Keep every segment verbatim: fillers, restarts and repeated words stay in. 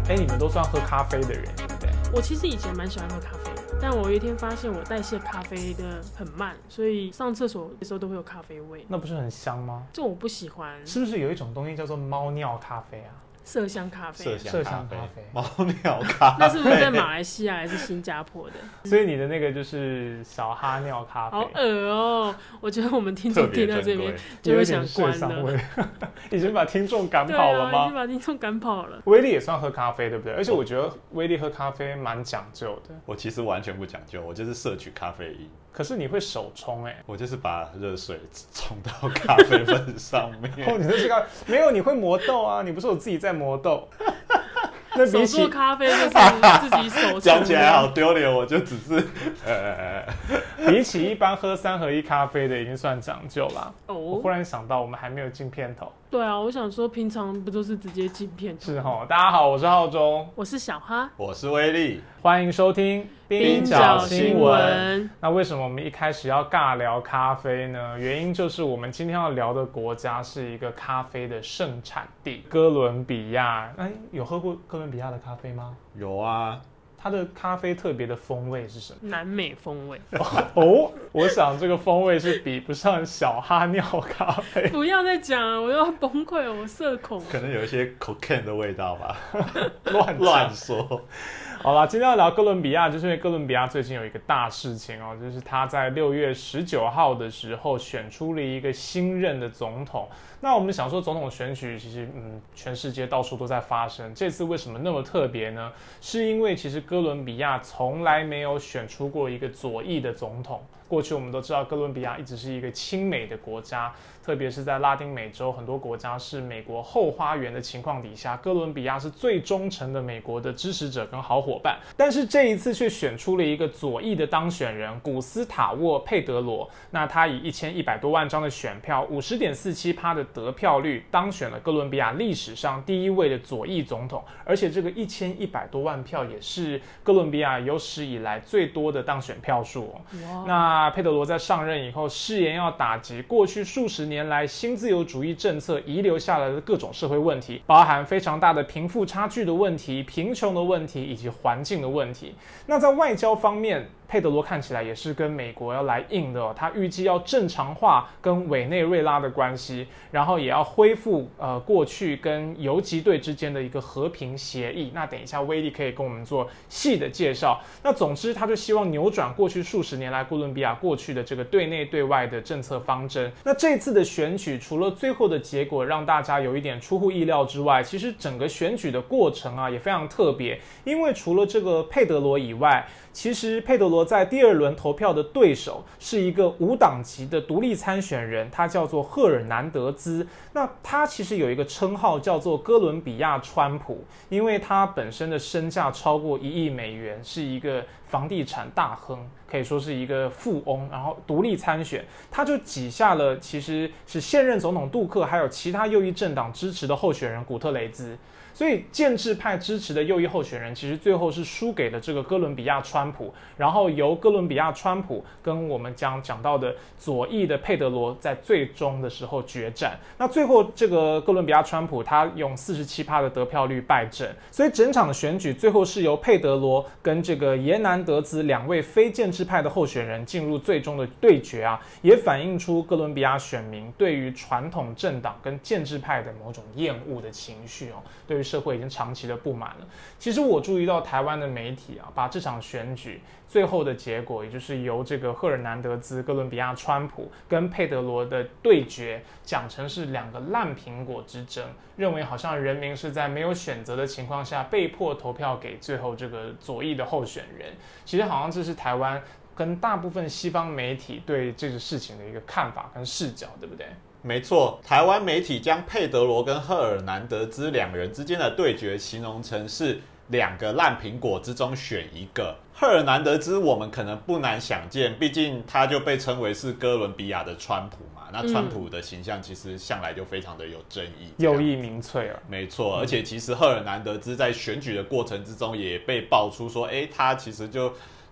哎，你们都算喝咖啡的人，对不对？ 我其实以前蛮喜欢喝咖啡的，但我有一天发现我代谢咖啡的很慢，所以上厕所的时候都会有咖啡味。 那不是很香吗？ 这我不喜欢。 是不是有一种东西叫做猫尿咖啡啊？ 麝香咖啡， 麝香咖啡， 猫尿咖啡， 那是不是在马来西亚还是新加坡的？ 所以你的那个就是小哈尿咖啡， 好恶哦！我觉得我们听众听到这边就会想关了， 已经把听众赶跑了吗？ 啊、已经把听众赶跑了。 威力也算喝咖啡，对不对？而且我觉得威力喝咖啡蛮讲究的。 我其实完全不讲究，我就是摄取咖啡因。 可是你会手冲哎、欸， 我就是把热水冲到咖啡粉上面。 哦，你这个没有，你会磨豆啊？你不是有自己在磨豆？ 那比起手做咖啡就是自己手冲。 讲起来好丢脸，我就只是呃， 比起一般喝三合一咖啡的，已经算讲究啦。 哦， 我忽然想到，我们还没有进片头。 对啊，我想说，平常不都是直接进片头？ 是齁。大家好，我是浩中， 我是小哈， 我是威力， 欢迎收听冰角新闻。 那为什么我们一开始要尬聊咖啡呢？原因就是我们今天要聊的国家是一个咖啡的盛产地——哥伦比亚。哎，有喝过哥伦比亚的咖啡吗？ 有啊。 它的咖啡特别的风味是什么？ 南美风味哦，我想这个风味是比不上小哈尿咖啡。 不要再讲了，我要崩溃了，我社恐。 可能有一些 cocaine 的味道吧， 乱乱说。 好啦，今天要聊哥伦比亚，就是因为哥伦比亚最近有一个大事情哦，就是他在六月十九号的时候选出了一个新任的总统。那我们想说，总统选举其实，嗯，全世界到处都在发生。这次为什么那么特别呢？是因为其实哥伦比亚从来没有选出过一个左翼的总统。过去我们都知道，哥伦比亚一直是一个亲美的国家，特别是在拉丁美洲，很多国家是美国后花园的情况底下，哥伦比亚是最忠诚的美国的支持者跟好伙伴。但是这一次却选出了一个左翼的当选人古斯塔沃·佩德罗，那他以一千一百多万张的选票，五十点四七趴的得票率，当选了哥伦比亚历史上第一位的左翼总统，而且这个一千一百多万票也是哥伦比亚有史以来最多的当选票数哦。那那佩德罗在上任以后，誓言要打击过去数十年来新自由主义政策遗留下来的各种社会问题，包含非常大的贫富差距的问题、贫穷的问题以及环境的问题。那在外交方面，佩德罗看起来也是跟美国要来硬的哦，他预计要正常化跟委内瑞拉的关系，然后也要恢复呃过去跟游击队之间的一个和平协议。那等一下威力可以跟我们做细的介绍。那总之，他就希望扭转过去数十年来哥伦比亚过去的这个对内对外的政策方针。那这次的选举，除了最后的结果让大家有一点出乎意料之外，其实整个选举的过程啊也非常特别，因为除了这个佩德罗以外，其实佩德罗在第二轮投票的对手是一个无党籍的独立参选人，他叫做赫尔南德兹。那他其实有一个称号叫做哥伦比亚川普，因为他本身的身价超过一亿美元，是一个房地产大亨，可以说是一个富翁，然后独立参选，他就挤下了其实是现任总统杜克还有其他右翼政党支持的候选人古特雷兹。所以建制派支持的右翼候选人其实最后是输给了这个哥伦比亚川普，然后由哥伦比亚川普跟我们将讲到的左翼的佩德罗在最终的时候决战。那最后这个哥伦比亚川普他用 百分之四十七 的得票率败阵，所以整场的选举最后是由佩德罗跟这个耶南德兹两位非建制派的候选人进入最终的对决啊，也反映出哥伦比亚选民对于传统政党跟建制派的某种厌恶的情绪哦，对于社会已经长期的不满了。其实我注意到台湾的媒体啊，把这场选举最后的结果，也就是由这个赫尔南德兹、哥伦比亚川普跟佩德罗的对决，讲成是两个烂苹果之争，认为好像人民是在没有选择的情况下被迫投票给最后这个左翼的候选人。其实好像这是台湾跟大部分西方媒体对这个事情的一个看法跟视角，对不对？ 没错，台湾媒体将佩德罗跟赫尔南德兹两人之间的对决形容成是两个烂苹果之中选一个。赫尔南德兹我们可能不难想见，毕竟他就被称为是哥伦比亚的川普嘛。那川普的形象其实向来就非常的有争议， 右翼民粹啊。 没错，而且其实赫尔南德兹在选举的过程之中也被爆出说，哎，他其实就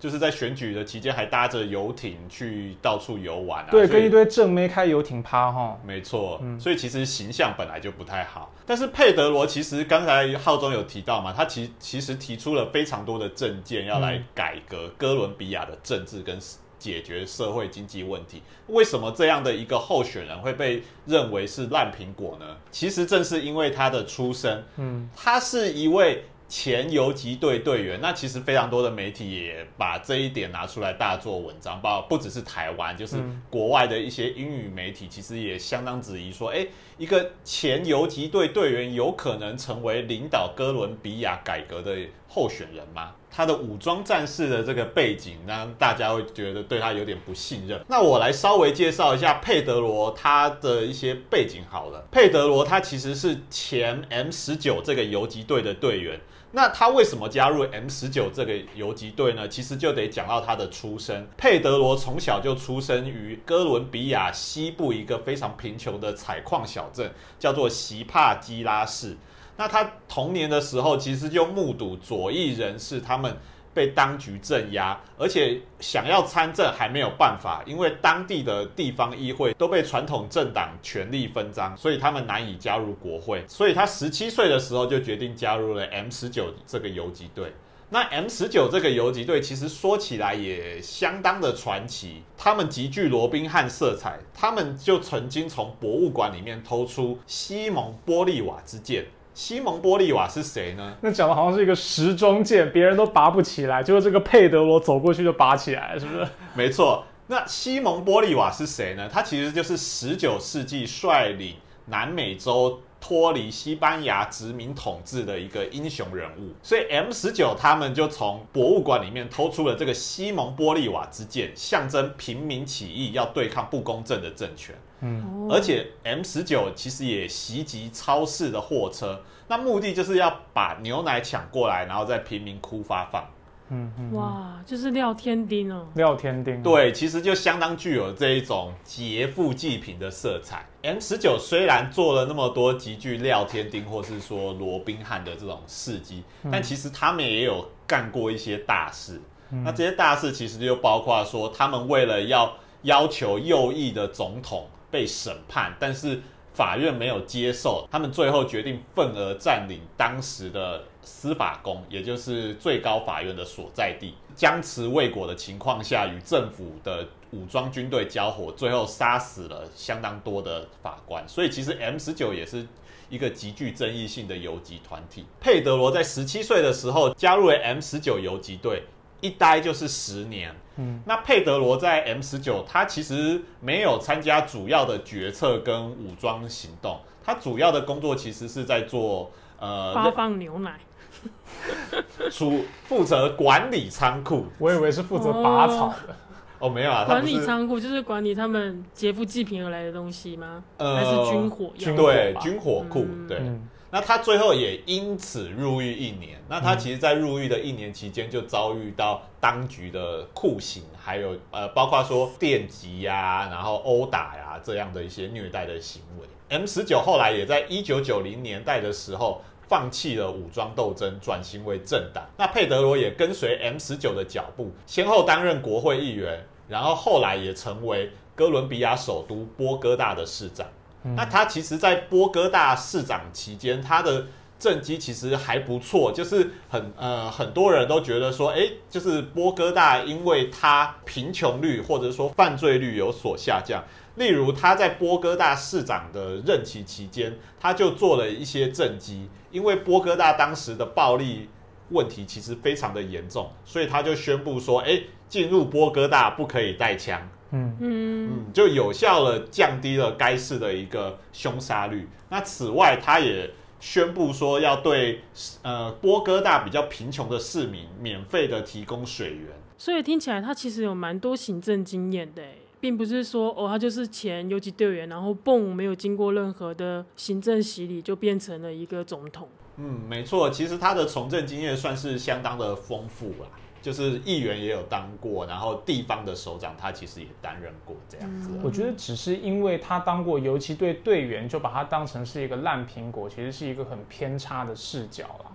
就是在选举的期间还搭着游艇去到处游玩啊， 对，跟一堆正妹开游艇趴哈。 没错，嗯，所以其实形象本来就不太好。但是佩德罗其实刚才浩中有提到嘛，他其其实提出了非常多的政见要来改革哥伦比亚的政治跟解决社会经济问题。为什么这样的一个候选人会被认为是烂苹果呢？其实正是因为他的出身，嗯，他是一位前游击队队员。那其实非常多的媒体也把这一点拿出来大做文章，包不只是台湾，就是国外的一些英语媒体其实也相当质疑说，哎，一个前游击队队员有可能成为领导哥伦比亚改革的候选人吗？他的武装战士的这个背景，让大家会觉得对他有点不信任。那我来稍微介绍一下佩德罗他的一些背景好了。佩德罗他其实是前 M 十九 这个游击队的队员。那他为什么加入 M 十九 这个游击队呢？其实就得讲到他的出身。佩德罗从小就出生于哥伦比亚西部一个非常贫穷的采矿小镇，叫做席帕基拉市。那他童年的时候，其实就目睹左翼人士他们被当局镇压，而且想要参政还没有办法，因为当地的地方议会都被传统政党权力分赃，所以他们难以加入国会。所以他十七岁的时候就决定加入了 M 十九 这个游击队。那 M 十九 这个游击队其实说起来也相当的传奇，他们极具罗宾汉色彩，他们就曾经从博物馆里面偷出西蒙波利瓦之剑。西蒙波利瓦是谁呢？ 那讲的好像是一个时钟剑，别人都拔不起来，结果这个佩德罗走过去就拔起来了，是不是？ 没错。那西蒙波利瓦是谁呢？他其实就是十九世纪率领南美洲脱离西班牙殖民统治的一个英雄人物。所以 M 十九 他们就从博物馆里面偷出了这个西蒙波利瓦之剑，象征平民起义要对抗不公正的政权。嗯，而且 M 十九 其实也袭击超市的货车，那目的就是要把牛奶抢过来，然后在贫民窟发放。 嗯嗯，哇，就是廖添丁哦， 廖添丁， 对，其实就相当具有这一种劫富济贫的色彩。M 十九 虽然做了那么多极具廖添丁或是说罗宾汉的这种事迹，嗯、但其实他们也有干过一些大事。嗯、那这些大事其实就包括说，他们为了要要求右翼的总统被审判，但是法院没有接受，他们最后决定份额占领当时的司法宫，也就是最高法院的所在地。僵持未果的情况下，与政府的武装军队交火，最后杀死了相当多的法官。所以其实 M 十九 也是一个极具争议性的游击团体。佩德罗在十七岁的时候加入了 M 十九 游击队，一待就是十年。嗯，那佩德罗在 M 十九 他其实没有参加主要的决策跟武装行动，他主要的工作其实是在做呃发放牛奶， 主负责管理仓库。 我以为是负责拔草的。 哦，没有啊， 管理仓库就是管理他们劫富济贫而来的东西吗？ 呃， 还是军火？ 对，军火库， 嗯、 对。嗯，那他最后也因此入狱一年。那他其实，在入狱的一年期间，就遭遇到当局的酷刑，还有呃，包括说电击呀、啊，然后殴打呀、啊、这样的一些虐待的行为。M 十九 后来也在一九九零年代的时候放弃了武装斗争，转型为政党。那佩德罗也跟随 M 十九 的脚步，先后担任国会议员，然后后来也成为哥伦比亚首都波哥大的市长。嗯、那他其实，在波哥大市长期间，他的政绩其实还不错，就是很呃很多人都觉得说，哎，就是波哥大因为他贫穷率或者说犯罪率有所下降。例如他在波哥大市长的任期期间，他就做了一些政绩，因为波哥大当时的暴力问题其实非常的严重，所以他就宣布说，哎，进入波哥大不可以带枪。嗯嗯，就有效的降低了该市的一个凶杀率。那此外，他也宣布说要对呃波哥大比较贫穷的市民免费的提供水源。 所以听起来他其实有蛮多行政经验的，并不是说哦他就是前游击队员，然后蹦没有经过任何的行政洗礼就变成了一个总统。 嗯，没错，其实他的从政经验算是相当的丰富啦。就是议员也有当过，然后地方的首长他其实也担任过这样子。 我觉得只是因为他当过游击队队员，就把他当成是一个烂苹果，其实是一个很偏差的视角啦。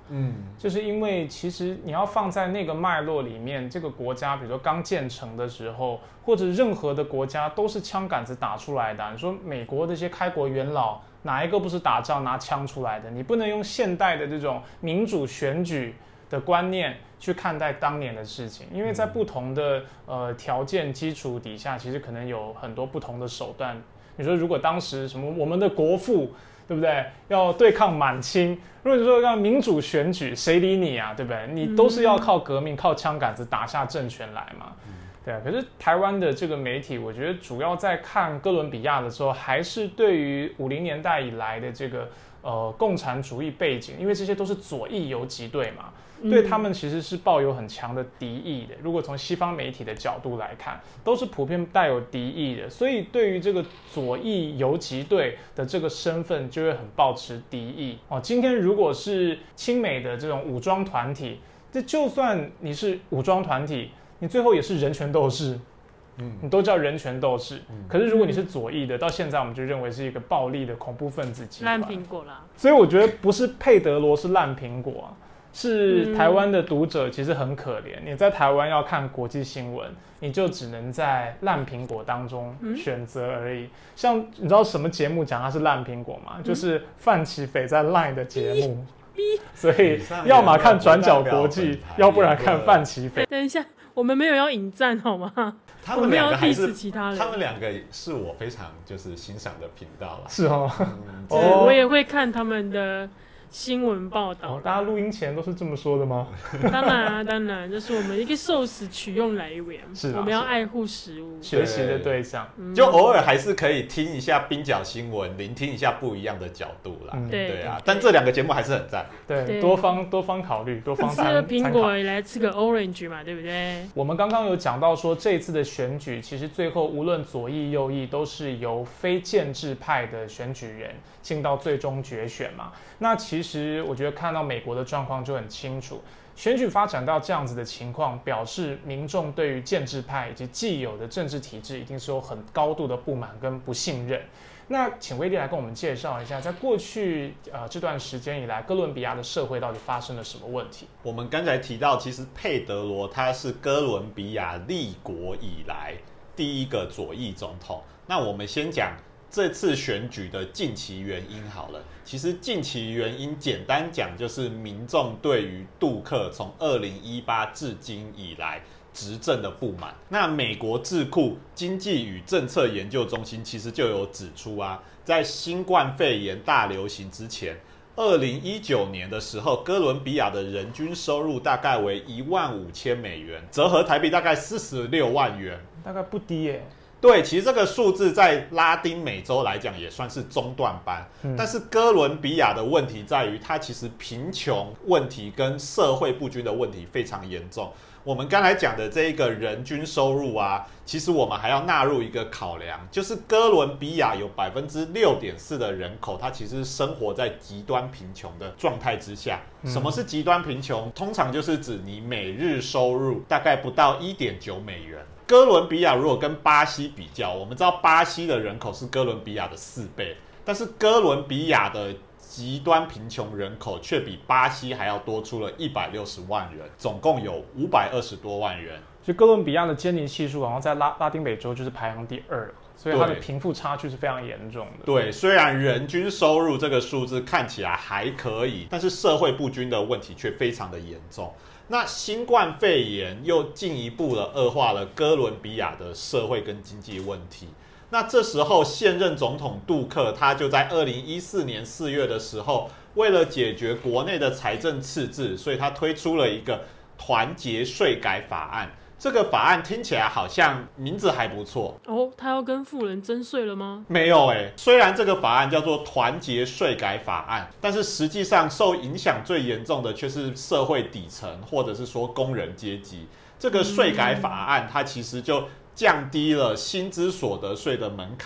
嗯，就是因为其实你要放在那个脉络里面，这个国家比如说刚建成的时候，或者任何的国家都是枪杆子打出来的、啊。你说美国这些开国元老哪一个不是打仗拿枪出来的？你不能用现代的这种民主选举的观念去看待当年的事情，因为在不同的呃条件基础底下，其实可能有很多不同的手段。你说如果当时什么我们的国父，对不对？要对抗满清，如果你说要民主选举，谁理你啊？对不对？你都是要靠革命、靠枪杆子打下政权来嘛。对啊。可是台湾的这个媒体，我觉得主要在看哥伦比亚的时候，还是对于五零年代以来的这个呃共产主义背景，因为这些都是左翼游击队嘛。对他们其实是抱有很强的敌意的。如果从西方媒体的角度来看，都是普遍带有敌意的，所以对于这个左翼游击队的这个身份，就会很抱持敌意哦。今天如果是亲美的这种武装团体，这就算你是武装团体，你最后也是人权斗士。嗯，你都叫人权斗士、嗯，可是如果你是左翼的，到现在我们就认为是一个暴力的恐怖分子集团， 烂苹果啦。 所以我觉得不是佩德罗是烂苹果、啊。是台湾的读者其实很可怜、嗯，你在台湾要看国际新闻，你就只能在烂苹果当中选择而已、嗯。像你知道什么节目讲它是烂苹果吗？嗯、就是范琪斐在 Line 的节目，所以要么看转角国际，要不然看范琪斐。 等一下，我们没有要引战好吗？ 他们两个还是其他人， 他们两个是我非常就是欣赏的频道啦。 是哦， 嗯、哦我也会看他们的新闻报道、 哦，大家录音前都是这么说的吗？ 当然啊，当然，这是我们一个受食取用来源， 是我们要爱护食物， 学习的对象， 就偶尔还是可以听一下冰角新闻，聆听一下不一样的角度啦。嗯、对, 对啊，但这两个节目还是很赞， 对，对多方多方考虑，多方参吃个苹果来吃个 orange 嘛，对不对？ 我们刚刚有讲到说，这一次的选举，其实最后无论左翼右翼，都是由非建制派的选举人进到最终决选嘛。那其实我觉得看到美国的状况就很清楚，选举发展到这样子的情况，表示民众对于建制派以及既有的政治体制一定是有很高度的不满跟不信任。那请威利来跟我们介绍一下，在过去呃这段时间以来，哥伦比亚的社会到底发生了什么问题？ 我们刚才提到，其实佩德罗他是哥伦比亚立国以来第一个左翼总统。那我们先讲这次选举的近期原因好了。其实近期原因简单讲就是民众对于杜克从二零一八至今以来执政的不满。那美国智库经济与政策研究中心其实就有指出啊，在新冠肺炎大流行之前，二零一九年的时候，哥伦比亚的人均收入大概为一万五千美元，折合台币大概四十六万元， 大概不低耶。 对，其实这个数字在拉丁美洲来讲也算是中段班、嗯、但是哥伦比亚的问题在于它其实贫穷问题跟社会不均的问题非常严重。我们刚才讲的这一个人均收入啊，其实我们还要纳入一个考量，就是哥伦比亚有 百分之六点四 的人口它其实生活在极端贫穷的状态之下、嗯、什么是极端贫穷？通常就是指你每日收入大概不到 一点九美元。哥伦比亚如果跟巴西比较，我们知道巴西的人口是哥伦比亚的四倍，但是哥伦比亚的极端贫穷人口却比巴西还要多出了一百六十万人，总共有五百二十多万人。 所以哥伦比亚的坚尼系数好像在 拉, 拉丁美洲就是排行第二，所以它的贫富差距是非常严重的。 对，虽然人均收入这个数字看起来还可以，但是社会不均的问题却非常的严重。那新冠肺炎又进一步的恶化了哥伦比亚的社会跟经济问题。那这时候现任总统杜克他就在二零一四年四月的时候，为了解决国内的财政赤字，所以他推出了一个团结税改法案。这个法案听起来好像名字还不错哦，他要跟富人征税了吗？ 没有欸，虽然这个法案叫做团结税改法案，但是实际上受影响最严重的却是社会底层或者是说工人阶级。这个税改法案它其实就降低了薪资所得税的门槛，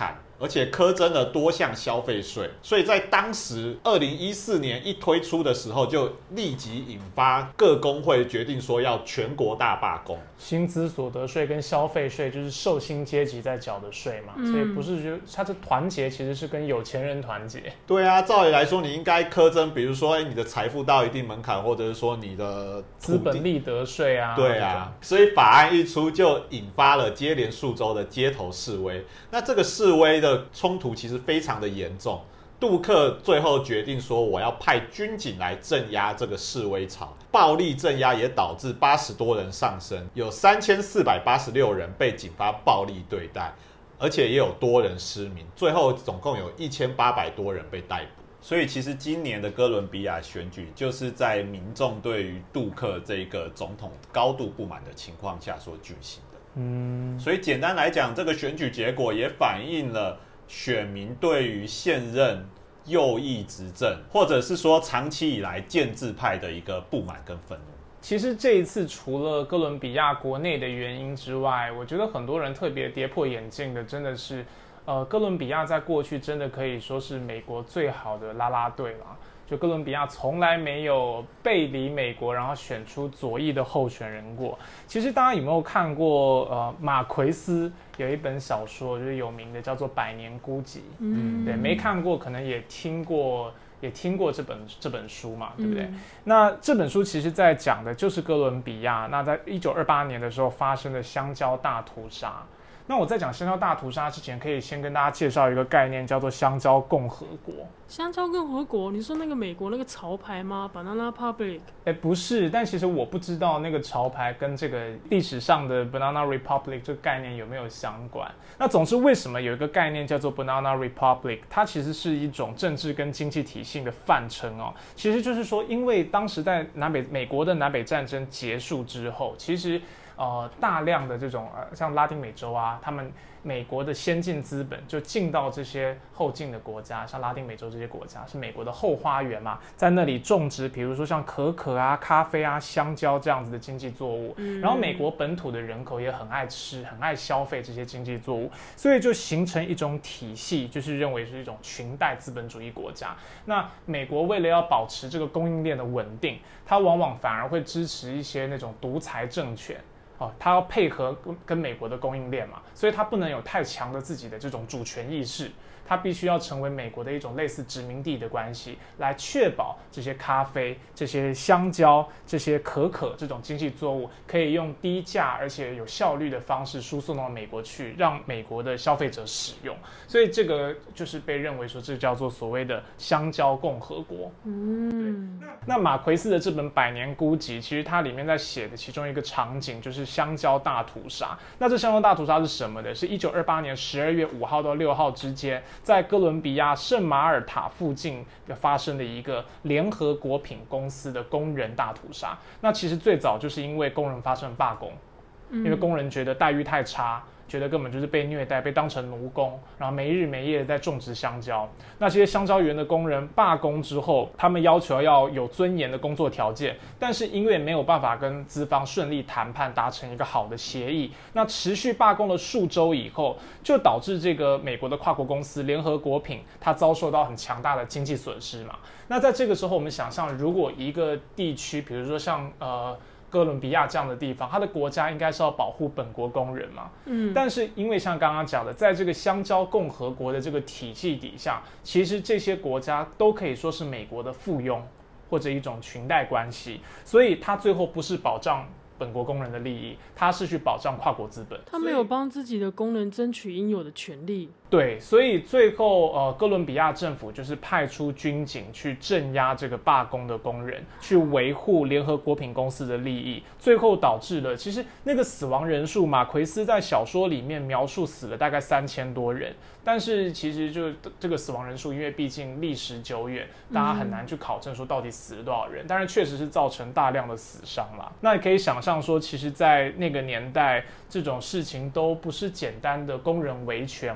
而且苛征了多项消费税，所以在当时二零一四年一推出的时候，就立即引发各工会决定说要全国大罢工。 薪资所得税跟消费税就是受薪阶级在缴的税嘛，嗯、所以不是就它是团结，其实是跟有钱人团结。 对啊，照理来说你应该苛征，比如说、欸、你的财富到一定门槛，或者是说你的资本利得税啊。 对啊，所以法案一出就引发了接连数州的街头示威。那这个示威的冲突其实非常的严重。杜克最后决定说，我要派军警来镇压这个示威潮，暴力镇压也导致八十多人丧生，有三千四百八十六人被警方暴力对待，而且也有多人失明，最后总共有一千八百多人被逮捕。所以其实今年的哥伦比亚选举，就是在民众对于杜克这个总统高度不满的情况下所举行的。嗯，所以简单来讲，这个选举结果也反映了选民对于现任右翼执政，或者是说长期以来建制派的一个不满跟愤怒。 其实这一次除了哥伦比亚国内的原因之外，我觉得很多人特别跌破眼镜的真的是呃，哥伦比亚在过去真的可以说是美国最好的啦啦队啦。就哥伦比亚从来没有背离美国，然后选出左翼的候选人过。其实大家有没有看过呃马奎斯有一本小说，就是有名的叫做《百年孤寂》。嗯，对，没看过可能也听过。也听过这本这本书嘛，对不对？嗯、那这本书其实在讲的就是哥伦比亚，那在一九二八年的时候发生的香蕉大屠杀。那我在讲香蕉大屠杀之前，可以先跟大家介绍一个概念，叫做香蕉共和国。 香蕉共和国，你说那个美国那个潮牌吗 ？Banana Republic？ 哎，不是，但其实我不知道那个潮牌跟这个历史上的 Banana Republic 这个概念有没有相关。那总之，为什么有一个概念叫做 Banana Republic？ 它其实是一种政治跟经济体系的泛称哦。其实就是说，因为当时在南北美国的南北战争结束之后，其实。呃，大量的这种呃，像拉丁美洲啊，他们美国的先进资本就进到这些后进的国家，像拉丁美洲这些国家是美国的后花园嘛，在那里种植，比如说像可可啊、咖啡啊、香蕉这样子的经济作物。嗯、然后美国本土的人口也很爱吃、很爱消费这些经济作物，所以就形成一种体系，就是认为是一种裙带资本主义国家。那美国为了要保持这个供应链的稳定，它往往反而会支持一些那种独裁政权。哦，他要配合跟美国的供应链嘛，所以他不能有太强的自己的这种主权意识，他必须要成为美国的一种类似殖民地的关系，来确保这些咖啡、这些香蕉、这些可可这种经济作物可以用低价而且有效率的方式输送到美国去，让美国的消费者使用。所以这个就是被认为说这叫做所谓的香蕉共和国。嗯，对。那马奎斯的这本《百年孤寂》，其实它里面在写的其中一个场景就是香蕉大屠杀。那这香蕉大屠杀是什么呢？是一九二八年十二月五号到六号之间，在哥伦比亚圣马尔塔附近发生的一个联合果品公司的工人大屠杀。那其实最早就是因为工人发生罢工，因为工人觉得待遇太差，觉得根本就是被虐待，被当成奴工，然后没日没夜在种植香蕉。那这些香蕉园的工人罢工之后，他们要求要有尊严的工作条件，但是因为没有办法跟资方顺利谈判达成一个好的协议，那持续罢工了数周以后，就导致这个美国的跨国公司联合果品它遭受到很强大的经济损失嘛。那在这个时候，我们想象如果一个地区，比如说像呃哥伦比亚这样的地方，它的国家应该是要保护本国工人嘛。嗯，但是因为像刚刚讲的，在这个香蕉共和国的这个体系底下，其实这些国家都可以说是美国的附庸或者一种裙带关系，所以它最后不是保障本国工人的利益，它是去保障跨国资本。 他没有帮自己的工人争取应有的权利。 对，所以最后呃，哥伦比亚政府就是派出军警去镇压这个罢工的工人，去维护联合果品公司的利益，最后导致了其实那个死亡人数，马奎斯在小说里面描述死了大概三千多人，但是其实就这个死亡人数，因为毕竟历史久远，大家很难去考证说到底死了多少人，但是确实是造成大量的死伤啦。那你可以想象说，其实在那个年代，这种事情都不是简单的工人维权而已，因为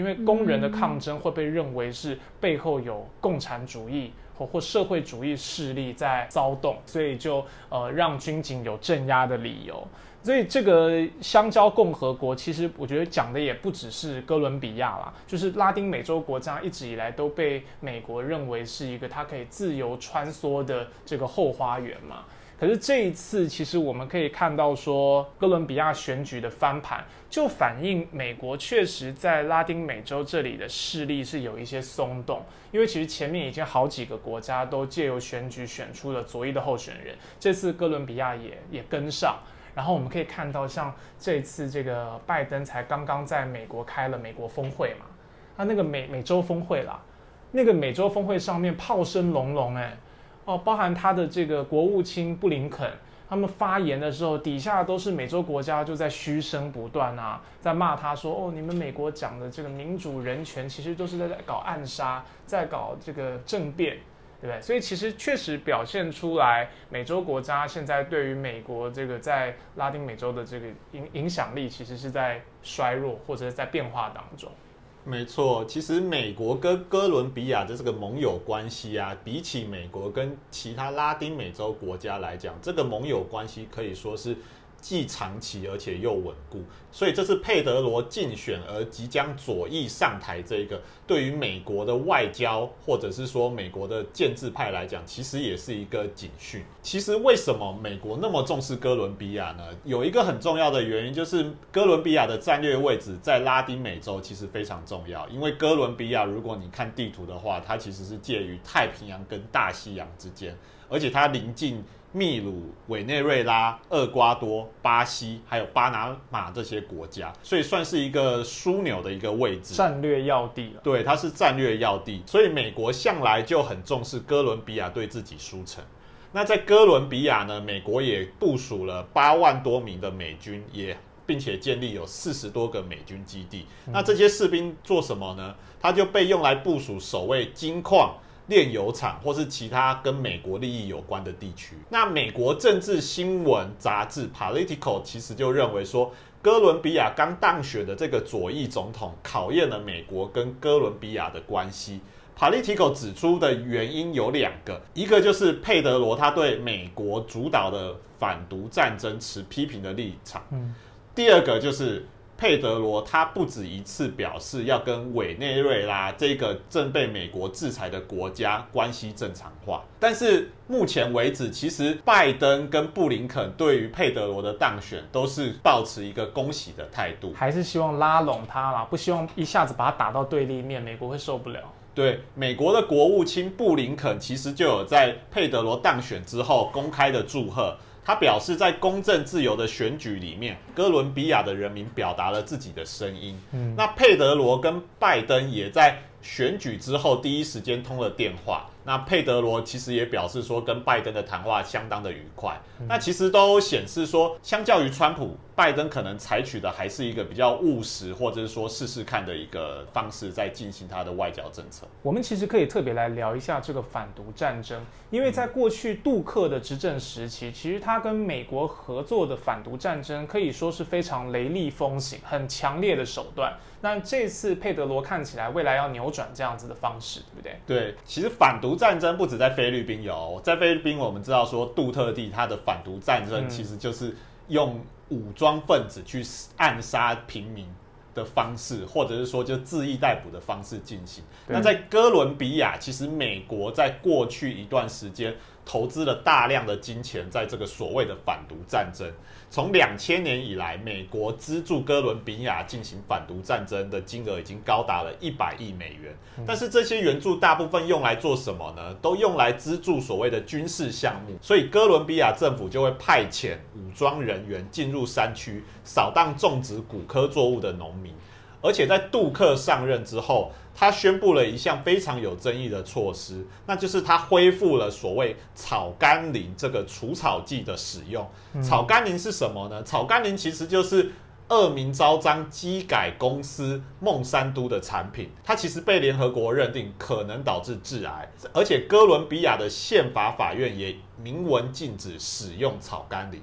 因为工人的抗争会被认为是背后有共产主义或或社会主义势力在骚动，所以就呃让军警有镇压的理由。所以这个香蕉共和国，其实我觉得讲的也不只是哥伦比亚啦，就是拉丁美洲国家一直以来都被美国认为是一个它可以自由穿梭的这个后花园嘛。可是这一次，其实我们可以看到说，哥伦比亚选举的翻盘，就反映美国确实在拉丁美洲这里的势力是有一些松动。因为其实前面已经好几个国家都借由选举选出了左翼的候选人，这次哥伦比亚也也跟上。然后我们可以看到，像这次这个拜登才刚刚在美国开了美国峰会嘛，他那个美美洲峰会啦，那个美洲峰会上面炮声隆隆哎。哦，包含他的这个国务卿布林肯，他们发言的时候，底下都是美洲国家就在嘘声不断啊，在骂他说：“哦，你们美国讲的这个民主人权，其实都是在搞暗杀，在搞这个政变，对不对？”所以其实确实表现出来，美洲国家现在对于美国这个在拉丁美洲的这个影影响力，其实是在衰弱或者是在变化当中。 没错，其实美国跟哥伦比亚的这个盟友关系啊，比起美国跟其他拉丁美洲国家来讲，这个盟友关系可以说是既长期而且又稳固。所以这次佩德罗竞选而即将左翼上台，这个对于美国的外交或者是说美国的建制派来讲，其实也是一个警讯。其实为什么美国那么重视哥伦比亚呢？有一个很重要的原因，就是哥伦比亚的战略位置在拉丁美洲其实非常重要。因为哥伦比亚如果你看地图的话，它其实是介于太平洋跟大西洋之间，而且它临近秘鲁、委内瑞拉、厄瓜多、巴西还有巴拿马这些国家，所以算是一个枢纽的一个位置， 战略要地了。 对，它是战略要地，所以美国向来就很重视哥伦比亚对自己输成。那在哥伦比亚呢，美国也部署了八万多名的美军，也并且建立有四十多个美军基地。嗯、那这些士兵做什么呢？他就被用来部署守卫金矿、炼油厂或是其他跟美国利益有关的地区。那美国政治新闻杂志 Politico 其实就认为说，哥伦比亚刚当选的这个左翼总统考验了美国跟哥伦比亚的关系。Politico 指出的原因有两个，一个就是佩德罗他对美国主导的反毒战争持批评的立场，嗯、第二个就是佩德罗他不止一次表示要跟委内瑞拉这个正被美国制裁的国家关系正常化，但是目前为止，其实拜登跟布林肯对于佩德罗的当选都是抱持一个恭喜的态度， 还是希望拉拢他啦，不希望一下子把他打到对立面，美国会受不了。 对，美国的国务卿布林肯其实就有在佩德罗当选之后公开的祝贺。他表示，在公正自由的选举里面，哥伦比亚的人民表达了自己的声音。嗯、那佩德罗跟拜登也在选举之后第一时间通了电话。那佩德罗其实也表示说，跟拜登的谈话相当的愉快。嗯、那其实都显示说，相较于川普，拜登可能采取的还是一个比较务实，或者是说试试看的一个方式，在进行他的外交政策。 我们其实可以特别来聊一下这个反毒战争，因为在过去杜克的执政时期，其实他跟美国合作的反毒战争可以说是非常雷厉风行、很强烈的手段。那这次佩德罗看起来未来要扭转这样子的方式，对不对？ 对，其实反毒战争不止在菲律宾有，在菲律宾我们知道说杜特地他的反毒战争其实就是用武装分子去暗杀平民的方式，或者是说就自缢逮捕的方式进行。那在哥伦比亚，其实美国在过去一段时间投资了大量的金钱在这个所谓的反毒战争。从两千年以来，美国资助哥伦比亚进行反毒战争的金额已经高达了一百亿美元。但是这些援助大部分用来做什么呢？都用来资助所谓的军事项目。所以哥伦比亚政府就会派遣武装人员进入山区，扫荡种植古柯作物的农民。而且在杜克上任之后，他宣布了一项非常有争议的措施，那就是他恢复了所谓草甘膦这个除草剂的使用。嗯、草甘膦是什么呢？草甘膦其实就是恶名昭彰基改公司孟山都的产品，它其实被联合国认定可能导致致癌，而且哥伦比亚的宪法法院也明文禁止使用草甘膦。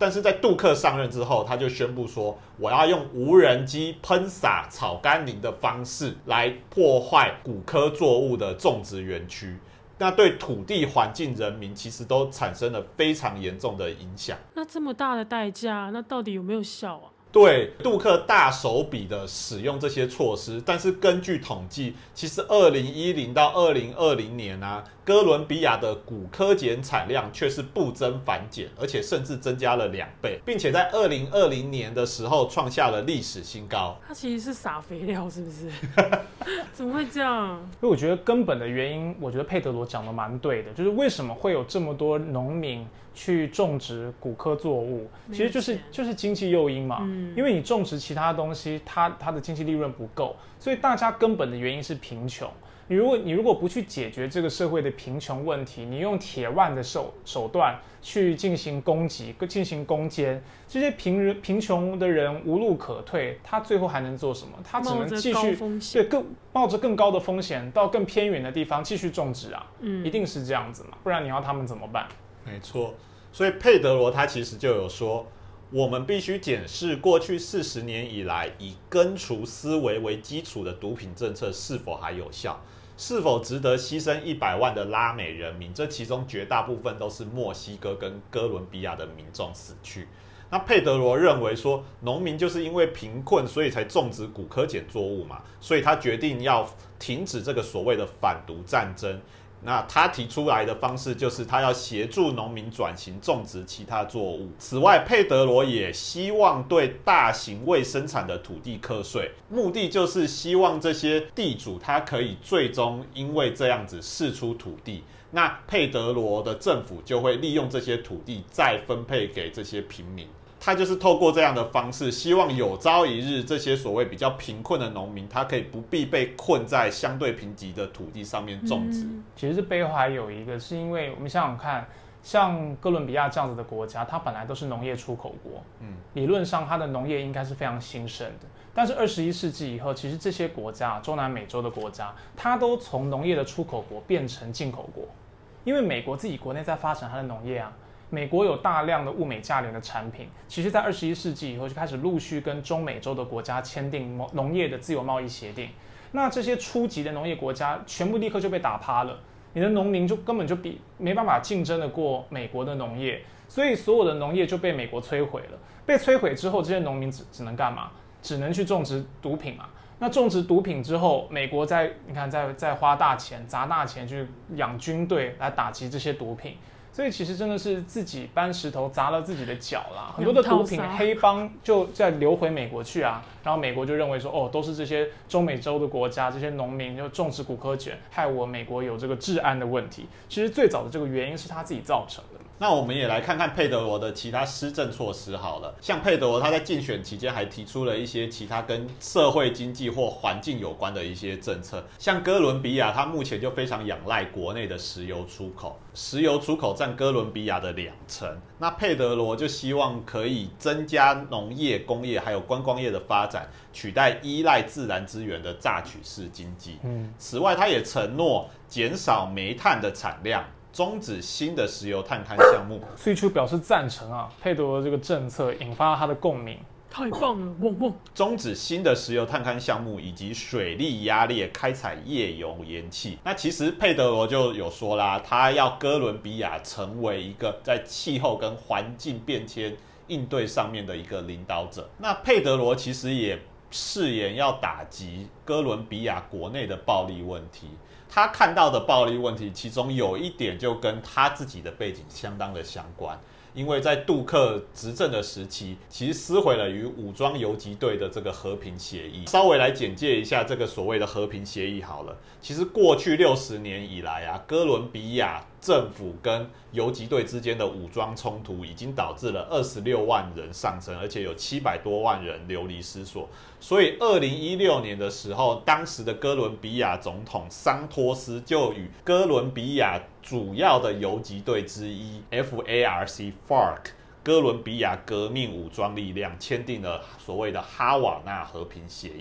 但是在杜克上任之后，他就宣布说，我要用无人机喷洒草甘膦的方式来破坏古柯作物的种植园区。那对土地、环境、人民其实都产生了非常严重的影响。 那这么大的代价，那到底有没有效啊？ 对，杜克大手笔的使用这些措施，但是根据统计，其实二零一零到二零二零年啊，哥伦比亚的古柯碱产量却是不增反减，而且甚至增加了两倍，并且在二零二零年的时候创下了历史新高。 它其实是撒肥料，是不是？怎么会这样？ 所以我觉得根本的原因，我觉得佩德罗讲的蛮对的，就是为什么会有这么多农民去种植古柯作物，其实就是就是经济诱因嘛。嗯，因为你种植其他东西，它它的经济利润不够，所以大家根本的原因是贫穷。你如果你如果不去解决这个社会的贫穷问题，你用铁腕的手手段去进行攻击、进行攻坚，这些贫贫穷的人无路可退，他最后还能做什么？他只能继续对更冒着更高的风险到更偏远的地方继续种植啊。嗯，一定是这样子嘛，不然你要他们怎么办？ 没错，所以佩德罗他其实就有说，我们必须检视过去四十年以来以根除思维为基础的毒品政策是否还有效，是否值得牺牲一百万的拉美人民，这其中绝大部分都是墨西哥跟哥伦比亚的民众死去。那佩德罗认为说，农民就是因为贫困，所以才种植古柯碱作物嘛，所以他决定要停止这个所谓的反毒战争。那他提出来的方式就是他要协助农民转型种植其他作物。此外，佩德罗也希望对大型未生产的土地课税，目的就是希望这些地主他可以最终因为这样子释出土地，那佩德罗的政府就会利用这些土地再分配给这些平民。他就是透过这样的方式，希望有朝一日这些所谓比较贫困的农民，他可以不必被困在相对贫瘠的土地上面种植。 嗯、其实这背后还有一个，是因为我们想想看，像哥伦比亚这样子的国家，它本来都是农业出口国，嗯，理论上它的农业应该是非常兴盛的。但是二十一世纪以后，其实这些国家，中南美洲的国家，它都从农业的出口国变成进口国，因为美国自己国内在发展它的农业啊。美国有大量的物美价廉的产品，其实在二十一世纪以后就开始陆续跟中美洲的国家签订农业的自由贸易协定。那这些初级的农业国家全部立刻就被打趴了，你的农民就根本就比没办法竞争得过美国的农业，所以所有的农业就被美国摧毁了。被摧毁之后，这些农民 只, 只能干嘛？只能去种植毒品嘛。那种植毒品之后，美国再你看再再花大钱砸大钱去养军队来打击这些毒品。所以其实真的是自己搬石头砸了自己的脚啦，很多的毒品黑帮就再流回美国去啊，然后美国就认为说，哦，都是这些中美洲的国家这些农民就种植古柯碱，害我美国有这个治安的问题。其实最早的这个原因是他自己造成的。 那我们也来看看佩德罗的其他施政措施好了。像佩德罗他在竞选期间还提出了一些其他跟社会经济或环境有关的一些政策，像哥伦比亚他目前就非常仰赖国内的石油出口，石油出口占哥伦比亚的两成。那佩德罗就希望可以增加农业、工业还有观光业的发展，取代依赖自然资源的榨取式经济。嗯，此外他也承诺减少煤炭的产量，终止新的石油探勘项目。 最初表示赞成啊，佩德罗的这个政策引发了他的共鸣。 太棒了，汪汪！ 终止新的石油探勘项目以及水力压裂开采页油烟气。那其实佩德罗就有说啦，他要哥伦比亚成为一个在气候跟环境变迁应对上面的一个领导者。那佩德罗其实也誓言要打击哥伦比亚国内的暴力问题。他看到的暴力问题，其中有一点就跟他自己的背景相当的相关。因为在杜克执政的时期，其实撕毁了与武装游击队的这个和平协议。稍微来简介一下这个所谓的和平协议好了。其实过去六十年以来啊，哥伦比亚政府跟游击队之间的武装冲突已经导致了二十六万人丧生，而且有七百多万人流离失所。所以二零一六年的时候，当时的哥伦比亚总统桑托斯就与哥伦比亚主要的游击队之一 F A R C F A R C 哥伦比亚革命武装力量签订了所谓的哈瓦那和平协议。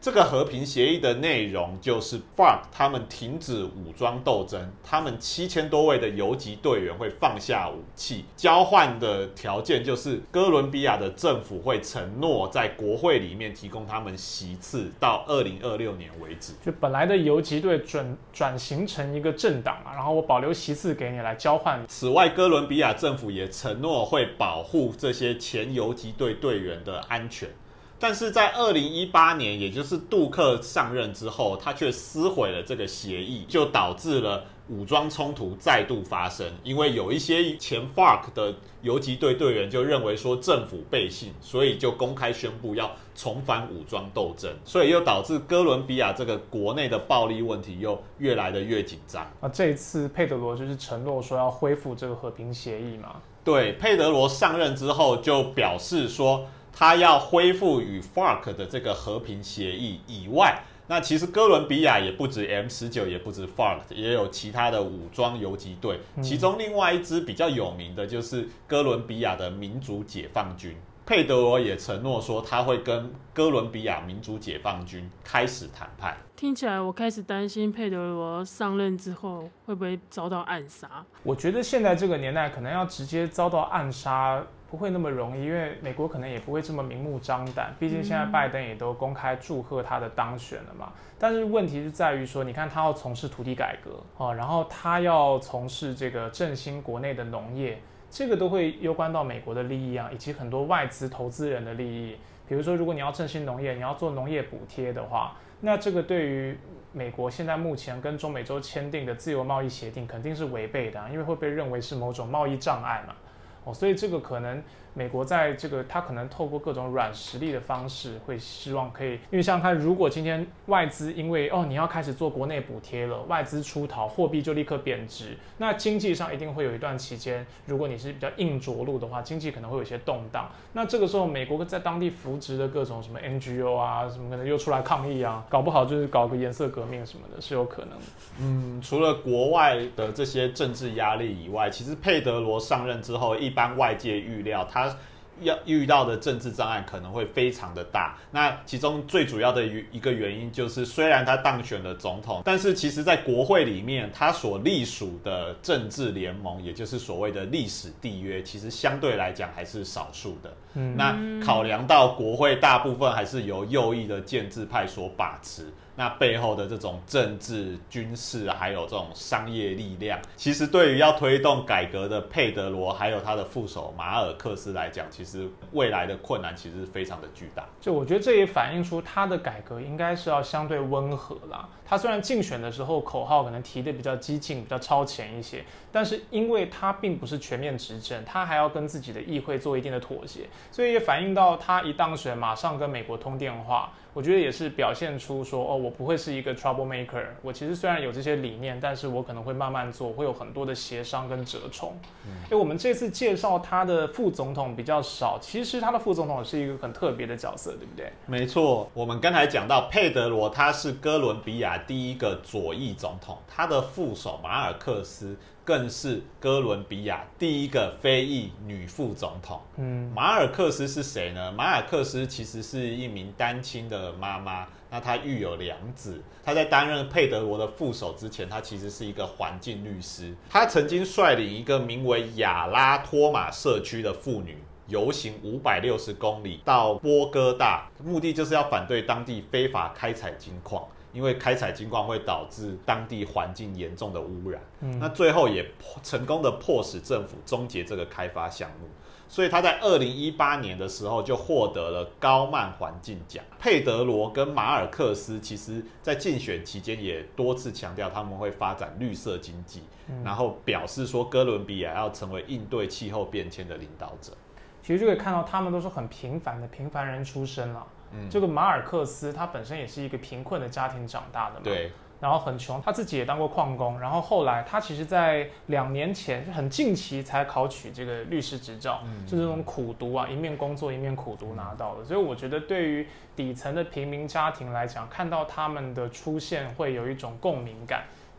这个和平协议的内容就是 F A R C 他们停止武装斗争，他们七千多位的游击队员会放下武器，交换的条件就是哥伦比亚的政府会承诺在国会里面提供他们席次，到二零二六年为止。 就本来的游击队转转型成一个政党嘛，然后我保留席次给你来交换。 此外，哥伦比亚政府也承诺会保护这些前游击队队员的安全。但是在二零一八年，也就是杜克上任之后，他却撕毁了这个协议，就导致了武装冲突再度发生。因为有一些前 F A R C 的游击队队员就认为说政府背信，所以就公开宣布要重返武装斗争，所以又导致哥伦比亚这个国内的暴力问题又越来的越紧张。 啊，这一次佩德罗就是承诺说要恢复这个和平协议嘛。 对，佩德罗上任之后就表示说，他要恢复与 F A R C 的这个和平协议以外，那其实哥伦比亚也不止 M 十九，也不止 F A R C， 也有其他的武装游击队，其中另外一支比较有名的就是哥伦比亚的民主解放军。佩德罗也承诺说，他会跟哥伦比亚民主解放军开始谈判。 听起来我开始担心佩德罗上任之后会不会遭到暗杀。 我觉得现在这个年代可能要直接遭到暗杀不会那么容易，因为美国可能也不会这么明目张胆，毕竟现在拜登也都公开祝贺他的当选了嘛。但是问题是在于说，你看他要从事土地改革哦，然后他要从事这个振兴国内的农业，这个都会攸关到美国的利益啊，以及很多外资投资人的利益。比如说，如果你要振兴农业，你要做农业补贴的话，那这个对于美国现在目前跟中美洲签订的自由贸易协定肯定是违背的啊，因为会被认为是某种贸易障碍嘛。哦，所以这个可能美国在这个他可能透过各种软实力的方式，会希望可以，因为像他如果今天外资因为哦你要开始做国内补贴了，外资出逃，货币就立刻贬值，那经济上一定会有一段期间，如果你是比较硬着陆的话，经济可能会有一些动荡。那这个时候美国在当地扶植的各种什么 N G O 啊，什么可能又出来抗议啊，搞不好就是搞个颜色革命什么的，是有可能的。 嗯，除了国外的这些政治压力以外，其实佩德罗上任之后，一般外界预料他要遇到的政治障碍可能会非常的大。那其中最主要的一个原因就是，虽然他当选了总统，但是其实在国会里面，他所隶属的政治联盟，也就是所谓的历史缔约，其实相对来讲还是少数的。嗯，那考量到国会大部分还是由右翼的建制派所把持，那背后的这种政治、军事还有这种商业力量，其实对于要推动改革的佩德罗还有他的副手马尔克斯来讲，其实未来的困难其实非常的巨大。 就我觉得这也反映出他的改革应该是要相对温和啦。他虽然竞选的时候口号可能提的比较激进、比较超前一些，但是因为他并不是全面执政，他还要跟自己的议会做一定的妥协，所以也反映到他一当选马上跟美国通电话。我觉得也是表现出说，哦，我不会是一个 trouble maker。我其实虽然有这些理念，但是我可能会慢慢做，会有很多的协商跟折冲。因为我们这次介绍他的副总统比较少，其实他的副总统是一个很特别的角色，对不对？ 没错，我们刚才讲到佩德罗，他是哥伦比亚第一个左翼总统，他的副手马尔克斯更是哥伦比亚第一个非裔女副总统。嗯，马尔克斯是谁呢？马尔克斯其实是一名单亲的妈妈，那她育有两子。她在担任佩德罗的副手之前，她其实是一个环境律师。她曾经率领一个名为亚拉托马社区的妇女游行五百六十公里到波哥大，目的就是要反对当地非法开采金矿。因为开采金矿会导致当地环境严重的污染，嗯、那最后也成功的迫使政府终结这个开发项目，所以他在二零一八年的时候就获得了高曼环境奖。佩德罗跟马尔克斯其实在竞选期间也多次强调他们会发展绿色经济，嗯、然后表示说哥伦比亚要成为应对气候变迁的领导者。 其实就可以看到他们都是很平凡的平凡人出身啦。嗯、这个马尔克斯他本身也是一个贫困的家庭长大的嘛， 对， 然后很穷，他自己也当过矿工，然后后来他其实在两年前很近期才考取这个律师执照，嗯、就是这种苦读啊，一面工作一面苦读拿到的。所以我觉得对于底层的平民家庭来讲，看到他们的出现会有一种共鸣感。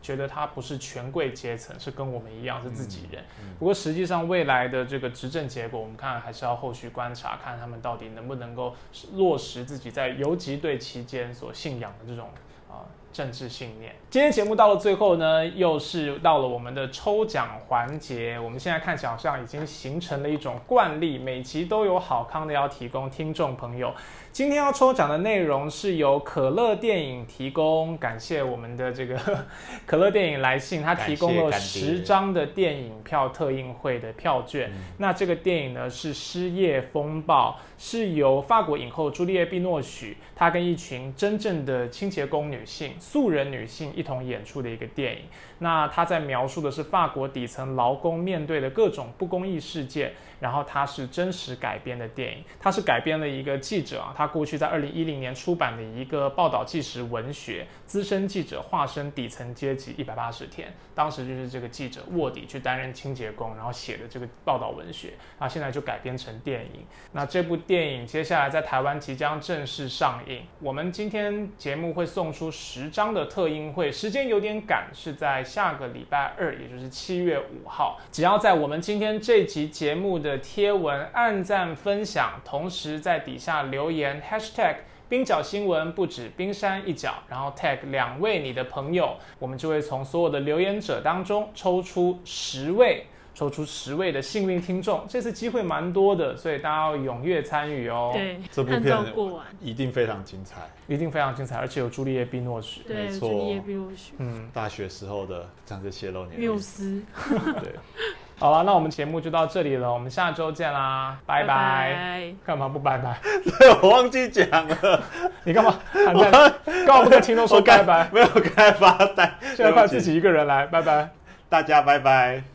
觉得他不是权贵阶层，是跟我们一样是自己人。嗯嗯、不过实际上未来的这个执政结果，我们看还是要后续观察，看他们到底能不能够落实自己在游击队期间所信仰的这种啊、呃、政治信念。今天节目到了最后呢，又是到了我们的抽奖环节。我们现在看起来好像已经形成了一种惯例，每期都有好康的要提供听众朋友。今天要抽奖的内容是由可乐电影提供，感谢我们的这个可乐电影来信，他提供了十张的电影票特映会的票券。嗯、那这个电影呢是《失业风暴》，是由法国影后朱丽叶·碧诺许，她跟一群真正的清洁工女性、素人女性一同演出的一个电影。那她在描述的是法国底层劳工面对的各种不公义事件，然后它是真实改编的电影，它是改编了一个记者啊，他过去在二零一零年出版的一个报道纪实文学，资深记者化身底层阶级一百八十天，当时就是这个记者卧底去担任清洁工，然后写的这个报道文学，啊，现在就改编成电影。那这部电影接下来在台湾即将正式上映，我们今天节目会送出十张的特映会，时间有点赶，是在下个礼拜二，也就是七月五号。只要在我们今天这集节目的贴文按赞分享，同时在底下留言 hashtag 冰角新闻不止冰山一角，然后 tag 两位你的朋友，我们就会从所有的留言者当中抽出十位抽出十位的幸运听众，这次机会蛮多的，所以大家要踊跃参与哦。 对， 这部片一定非常精彩， 一定非常精彩，而且有朱丽叶·碧诺许， 对，朱丽叶·碧诺许， 嗯，大学时候的这样子泄露年龄， 缪斯， 对。 好了，那我们节目就到这里了，我们下周见啦，拜拜。干嘛不拜拜？ 对，我忘记讲了。 你干嘛？干嘛不跟听众说拜拜？ 没有开发呆， 现在快自己一个人来，拜拜。 大家拜拜。